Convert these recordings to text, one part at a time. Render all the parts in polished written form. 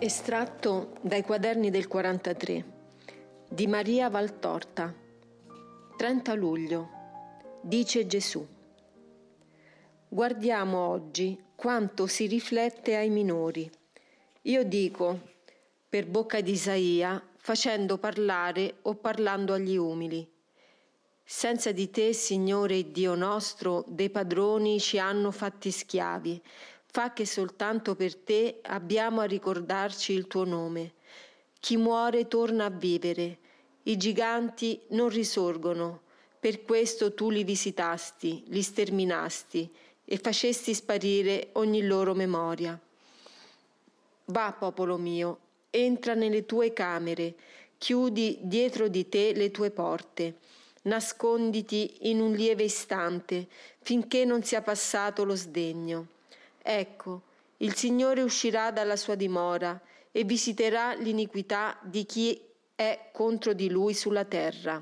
Estratto dai quaderni del 43 di Maria Valtorta. 30 luglio. Dice Gesù: guardiamo oggi quanto si riflette ai minori. Io dico, per bocca di Isaia, facendo parlare o parlando agli umili. Senza di te, Signore Dio nostro, dei padroni ci hanno fatti schiavi. Fa che soltanto per te abbiamo a ricordarci il tuo nome. Chi muore torna a vivere, i giganti non risorgono. Per questo tu li visitasti, li sterminasti e facesti sparire ogni loro memoria. Va, popolo mio, entra nelle tue camere, chiudi dietro di te le tue porte. Nasconditi in un lieve istante, finché non sia passato lo sdegno. Ecco, il Signore uscirà dalla sua dimora e visiterà l'iniquità di chi è contro di lui sulla terra.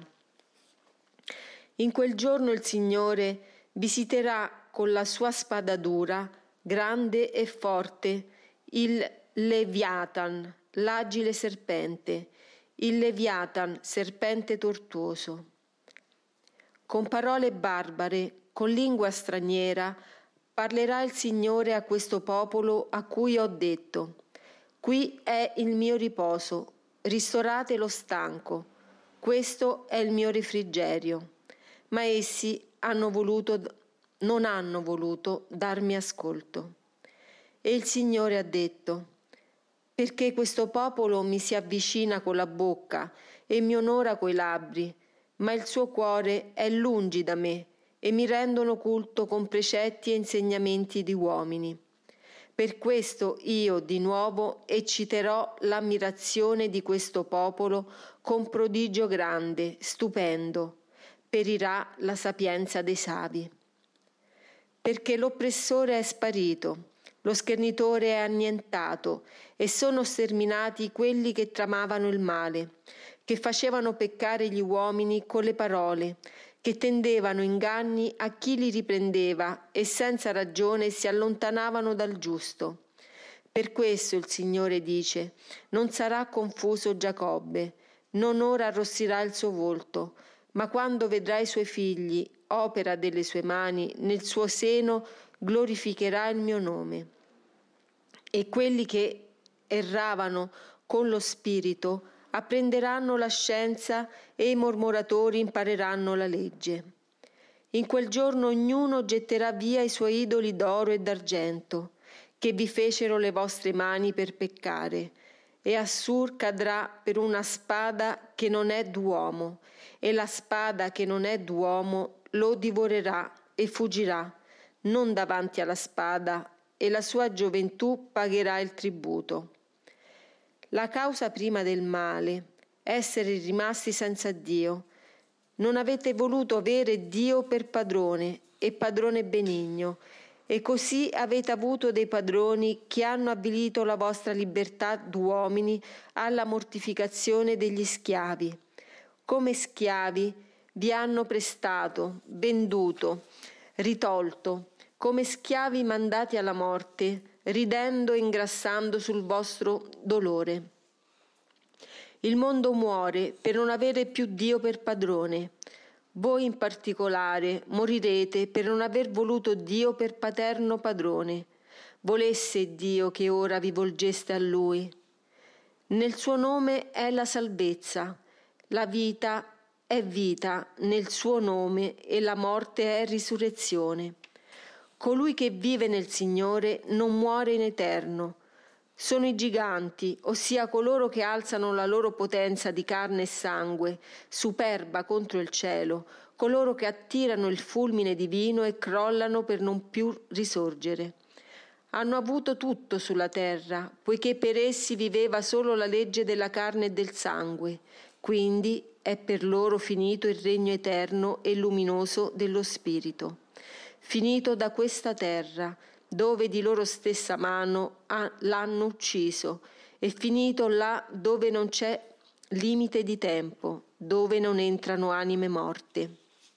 In quel giorno il Signore visiterà con la sua spada dura, grande e forte, il Leviatan, l'agile serpente, il Leviatan, serpente tortuoso. Con parole barbare, con lingua straniera, parlerà il Signore a questo popolo a cui ho detto: qui è il mio riposo, ristorate lo stanco, questo è il mio refrigerio. Ma essi non hanno voluto darmi ascolto. E il Signore ha detto: perché questo popolo mi si avvicina con la bocca e mi onora coi labbri, ma il suo cuore è lungi da me, e mi rendono culto con precetti e insegnamenti di uomini. Per questo io di nuovo ecciterò l'ammirazione di questo popolo con prodigio grande, stupendo. Perirà la sapienza dei savi. Perché l'oppressore è sparito, lo schernitore è annientato, e sono sterminati quelli che tramavano il male, che facevano peccare gli uomini con le parole, che tendevano inganni a chi li riprendeva e senza ragione si allontanavano dal giusto. Per questo il Signore dice: non sarà confuso Giacobbe, non ora arrossirà il suo volto, ma quando vedrà i suoi figli, opera delle sue mani, nel suo seno glorificherà il mio nome. E quelli che erravano con lo spirito apprenderanno la scienza e i mormoratori impareranno la legge. In quel giorno ognuno getterà via i suoi idoli d'oro e d'argento, che vi fecero le vostre mani per peccare, e Assur cadrà per una spada che non è d'uomo, e la spada che non è d'uomo lo divorerà e fuggirà, non davanti alla spada, e la sua gioventù pagherà il tributo. La causa prima del male, essere rimasti senza Dio. Non avete voluto avere Dio per padrone e padrone benigno, e così avete avuto dei padroni che hanno avvilito la vostra libertà d'uomini alla mortificazione degli schiavi. Come schiavi vi hanno prestato, venduto, ritolto, come schiavi mandati alla morte, ridendo e ingrassando sul vostro dolore. Il mondo muore per non avere più Dio per padrone. Voi in particolare morirete per non aver voluto Dio per paterno padrone. Volesse Dio che ora vi volgeste a Lui. Nel suo nome è la salvezza, la vita è vita nel suo nome e la morte è risurrezione. Colui che vive nel Signore non muore in eterno. Sono i giganti, ossia coloro che alzano la loro potenza di carne e sangue, superba contro il cielo, coloro che attirano il fulmine divino e crollano per non più risorgere. Hanno avuto tutto sulla terra, poiché per essi viveva solo la legge della carne e del sangue, quindi è per loro finito il regno eterno e luminoso dello Spirito. Finito da questa terra, dove di loro stessa mano l'hanno ucciso, e finito là dove non c'è limite di tempo, dove non entrano anime morte.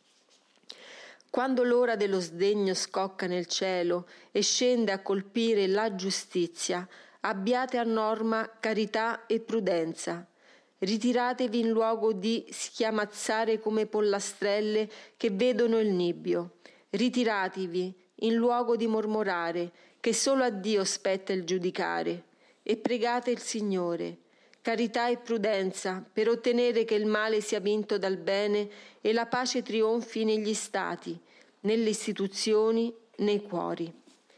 Quando l'ora dello sdegno scocca nel cielo e scende a colpire la giustizia, Abbiate a norma carità e prudenza. Ritiratevi in luogo di schiamazzare come pollastrelle che vedono il nibbio. Ritiratevi in luogo di mormorare, che solo a Dio spetta il giudicare. E pregate il Signore. Carità e prudenza per ottenere che il male sia vinto dal bene e la pace trionfi negli stati, nelle istituzioni, nei cuori.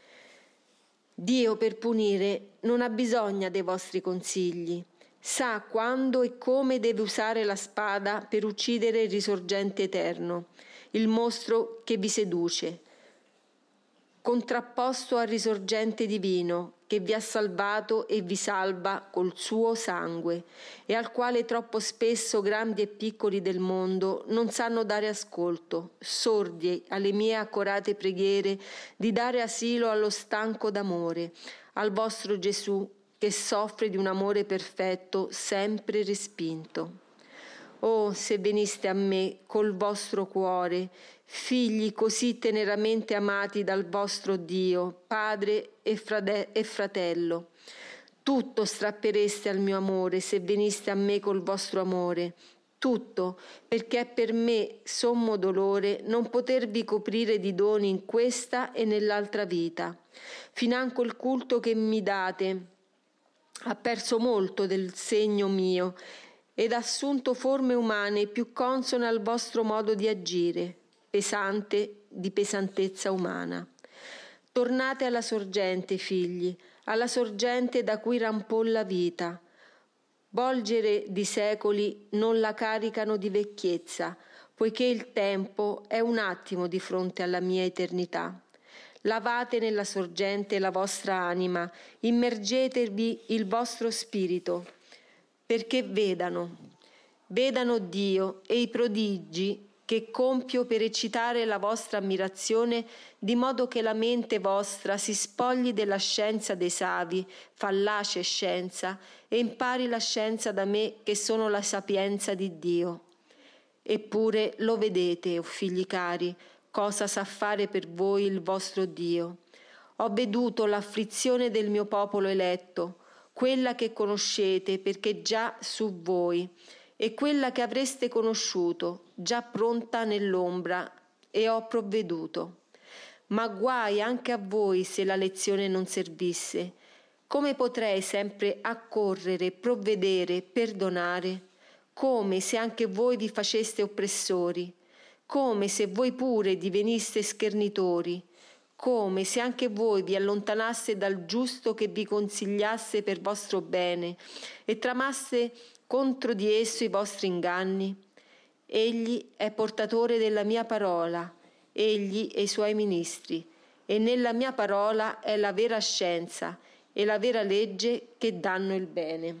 Dio per punire non ha bisogno dei vostri consigli. Sa quando e come deve usare la spada per uccidere il risorgente eterno, il mostro che vi seduce, contrapposto al risorgente divino che vi ha salvato e vi salva col suo sangue e al quale troppo spesso grandi e piccoli del mondo non sanno dare ascolto, sordi alle mie accorate preghiere di dare asilo allo stanco d'amore, al vostro Gesù che soffre di un amore perfetto sempre respinto. Oh, se veniste a me col vostro cuore, figli così teneramente amati dal vostro Dio, Padre e fratello, tutto strappereste al mio amore se veniste a me col vostro amore, tutto, perché è per me sommo dolore non potervi coprire di doni in questa e nell'altra vita. Financo il culto che mi date ha perso molto del segno mio ed assunto forme umane più consone al vostro modo di agire, pesante di pesantezza umana. Tornate alla sorgente, figli, alla sorgente da cui rampolla vita. Volgere di secoli non la caricano di vecchiezza, poiché il tempo è un attimo di fronte alla mia eternità. Lavate nella sorgente la vostra anima, immergetevi il vostro spirito, perché vedano Dio e i prodigi che compio per eccitare la vostra ammirazione, di modo che la mente vostra si spogli della scienza dei savi, fallace scienza, e impari la scienza da me che sono la sapienza di Dio. Eppure lo vedete, o figli cari, cosa sa fare per voi il vostro Dio. Ho veduto l'afflizione del mio popolo eletto, quella che conoscete perché già su voi, e quella che avreste conosciuto, già pronta nell'ombra, e ho provveduto. Ma guai anche a voi se la lezione non servisse. Come potrei sempre accorrere, provvedere, perdonare? Come se anche voi vi faceste oppressori? Come se voi pure diveniste schernitori? Come se anche voi vi allontanaste dal giusto che vi consigliasse per vostro bene e tramaste contro di esso i vostri inganni? Egli è portatore della mia parola, egli e i suoi ministri, e nella mia parola è la vera scienza e la vera legge che danno il bene.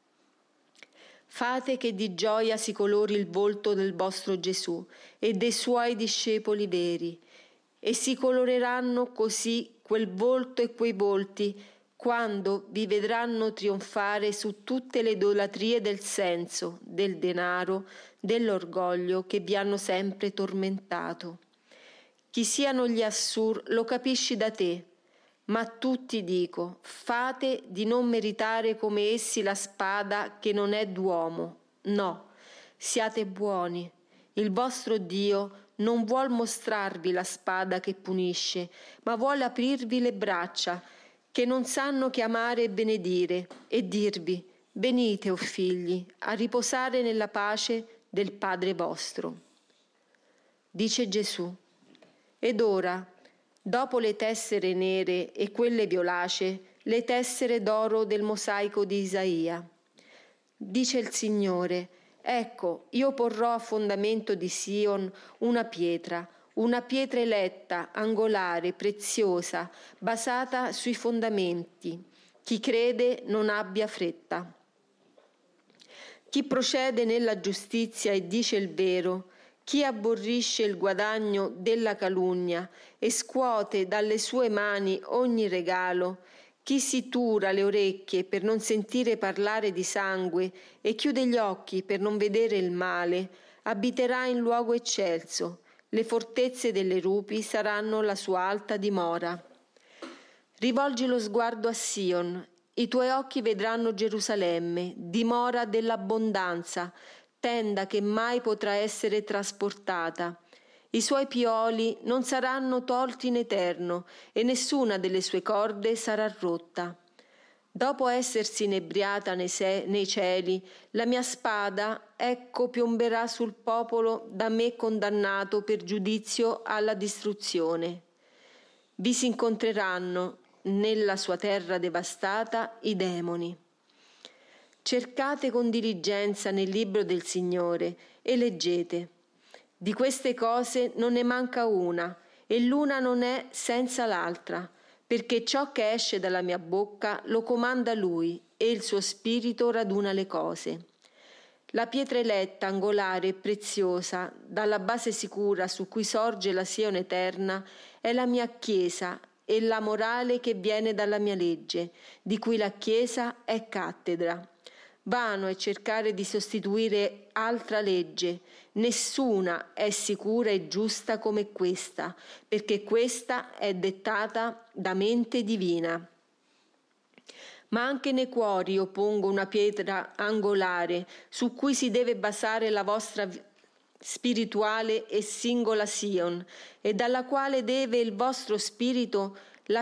Fate che di gioia si colori il volto del vostro Gesù e dei suoi discepoli veri, e si coloreranno così quel volto e quei volti quando vi vedranno trionfare su tutte le idolatrie del senso, del denaro, dell'orgoglio che vi hanno sempre tormentato. Chi siano gli Assur lo capisci da te, ma a tutti dico, fate di non meritare come essi la spada che non è d'uomo. No, siate buoni. Il vostro Dio non vuol mostrarvi la spada che punisce, ma vuole aprirvi le braccia, che non sanno chiamare e benedire, e dirvi, venite, o figli, a riposare nella pace del Padre vostro. Dice Gesù, ed ora, dopo le tessere nere e quelle violacee, le tessere d'oro del mosaico di Isaia. Dice il Signore, ecco, io porrò a fondamento di Sion una pietra eletta, angolare, preziosa, basata sui fondamenti. Chi crede non abbia fretta. Chi procede nella giustizia e dice il vero, chi aborrisce il guadagno della calunnia e scuote dalle sue mani ogni regalo, chi si tura le orecchie per non sentire parlare di sangue e chiude gli occhi per non vedere il male, abiterà in luogo eccelso. Le fortezze delle rupi saranno la sua alta dimora. Rivolgi lo sguardo a Sion i tuoi occhi vedranno Gerusalemme, dimora dell'abbondanza, tenda che mai potrà essere trasportata. I suoi pioli non saranno tolti in eterno e nessuna delle sue corde sarà rotta. Dopo essersi inebriata nei cieli, la mia spada, ecco, piomberà sul popolo da me condannato per giudizio alla distruzione. Vi si incontreranno nella sua terra devastata i demoni. Cercate con diligenza nel libro del Signore e leggete. Di queste cose non ne manca una, e l'una non è senza l'altra, perché ciò che esce dalla mia bocca lo comanda Lui, e il suo spirito raduna le cose. La pietra eletta, angolare e preziosa, dalla base sicura su cui sorge la Sion eterna, è la mia Chiesa e la morale che viene dalla mia legge, di cui la Chiesa è cattedra. Vano è cercare di sostituire altra legge, nessuna è sicura e giusta come questa, perché questa è dettata da mente divina. Ma anche nei cuori io pongo una pietra angolare su cui si deve basare la vostra spirituale e singola Sion, e dalla quale deve il vostro spirito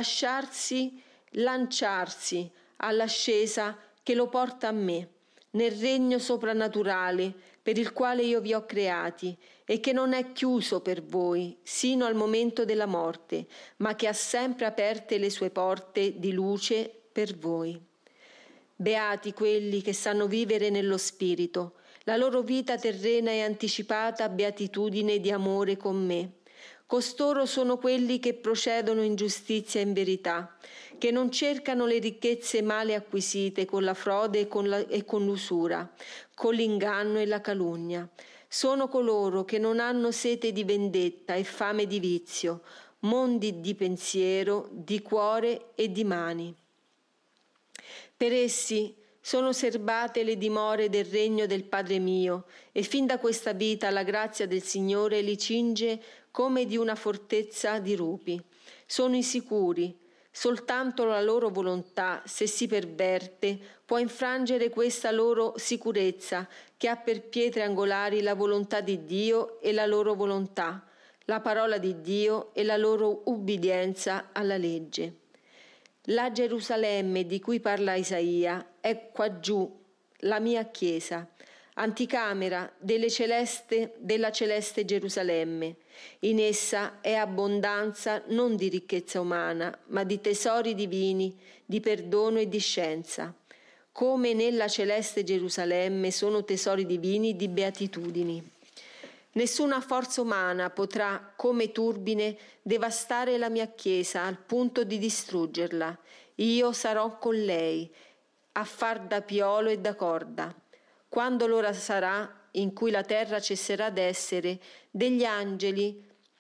lanciarsi all'ascesa che lo porta a me, nel regno soprannaturale per il quale io vi ho creati e che non è chiuso per voi sino al momento della morte, ma che ha sempre aperte le sue porte di luce per voi. Beati quelli che sanno vivere nello Spirito, la loro vita terrena è anticipata a beatitudine di amore con me. Costoro sono quelli che procedono in giustizia e in verità, che non cercano le ricchezze male acquisite con la frode e con l'usura, con l'inganno e la calunnia. Sono coloro che non hanno sete di vendetta e fame di vizio, mondi di pensiero, di cuore e di mani. Per essi sono serbate le dimore del regno del Padre mio, e fin da questa vita la grazia del Signore li cinge come di una fortezza di rupi. Sono insicuri, soltanto la loro volontà, se si perverte, può infrangere questa loro sicurezza, che ha per pietre angolari la volontà di Dio e la loro volontà, la parola di Dio e la loro ubbidienza alla legge. La Gerusalemme di cui parla Isaia è qua giù, la mia Chiesa, anticamera della celeste Gerusalemme. In essa è abbondanza non di ricchezza umana, ma di tesori divini, di perdono e di scienza. Come nella celeste Gerusalemme sono tesori divini di beatitudini. Nessuna forza umana potrà, come turbine, devastare la mia Chiesa al punto di distruggerla. Io sarò con lei, a far da piolo e da corda. Quando l'ora sarà in cui la terra cesserà d'essere, dagli angeli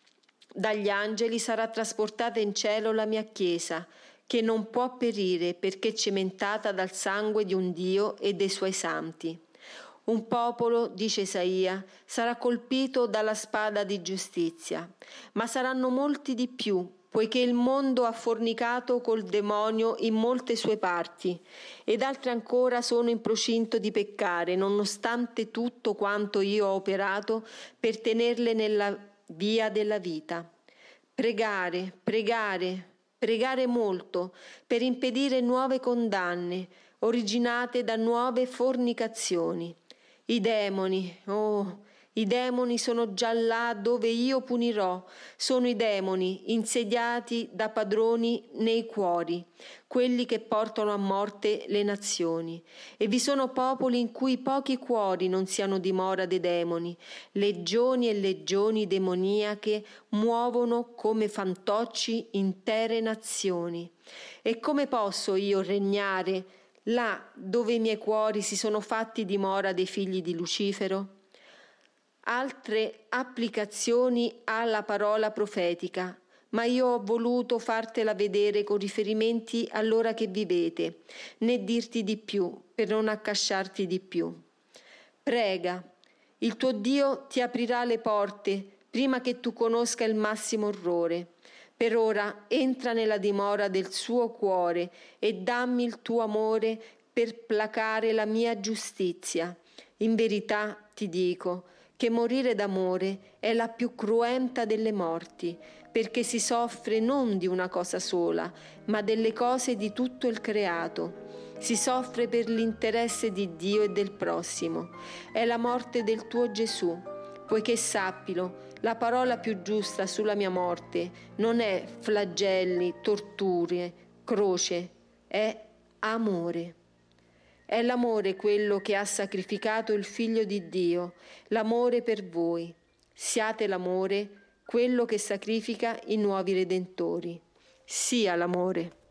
sarà trasportata in cielo la mia Chiesa, che non può perire perché cementata dal sangue di un Dio e dei suoi santi. Un popolo, dice Isaia, sarà colpito dalla spada di giustizia, ma saranno molti di più, poiché il mondo ha fornicato col demonio in molte sue parti, ed altri ancora sono in procinto di peccare, nonostante tutto quanto io ho operato per tenerle nella via della vita. Pregare molto per impedire nuove condanne, originate da nuove fornicazioni. I demoni sono già là dove io punirò, sono i demoni insediati da padroni nei cuori, quelli che portano a morte le nazioni. E vi sono popoli in cui pochi cuori non siano dimora dei demoni, legioni e legioni demoniache muovono come fantocci intere nazioni. E come posso io regnare là dove i miei cuori si sono fatti dimora dei figli di Lucifero? Altre applicazioni alla parola profetica, ma io ho voluto fartela vedere con riferimenti all'ora che vivete, né dirti di più, per non accasciarti di più. Prega, il tuo Dio ti aprirà le porte prima che tu conosca il massimo orrore. Per ora entra nella dimora del suo cuore e dammi il tuo amore per placare la mia giustizia. In verità ti dico che morire d'amore è la più cruenta delle morti, perché si soffre non di una cosa sola, ma delle cose di tutto il creato. Si soffre per l'interesse di Dio e del prossimo. È la morte del tuo Gesù, poiché sappilo, la parola più giusta sulla mia morte non è flagelli, torture, croce, è amore. È l'amore quello che ha sacrificato il Figlio di Dio, l'amore per voi. Siate l'amore quello che sacrifica i nuovi redentori. Sia l'amore.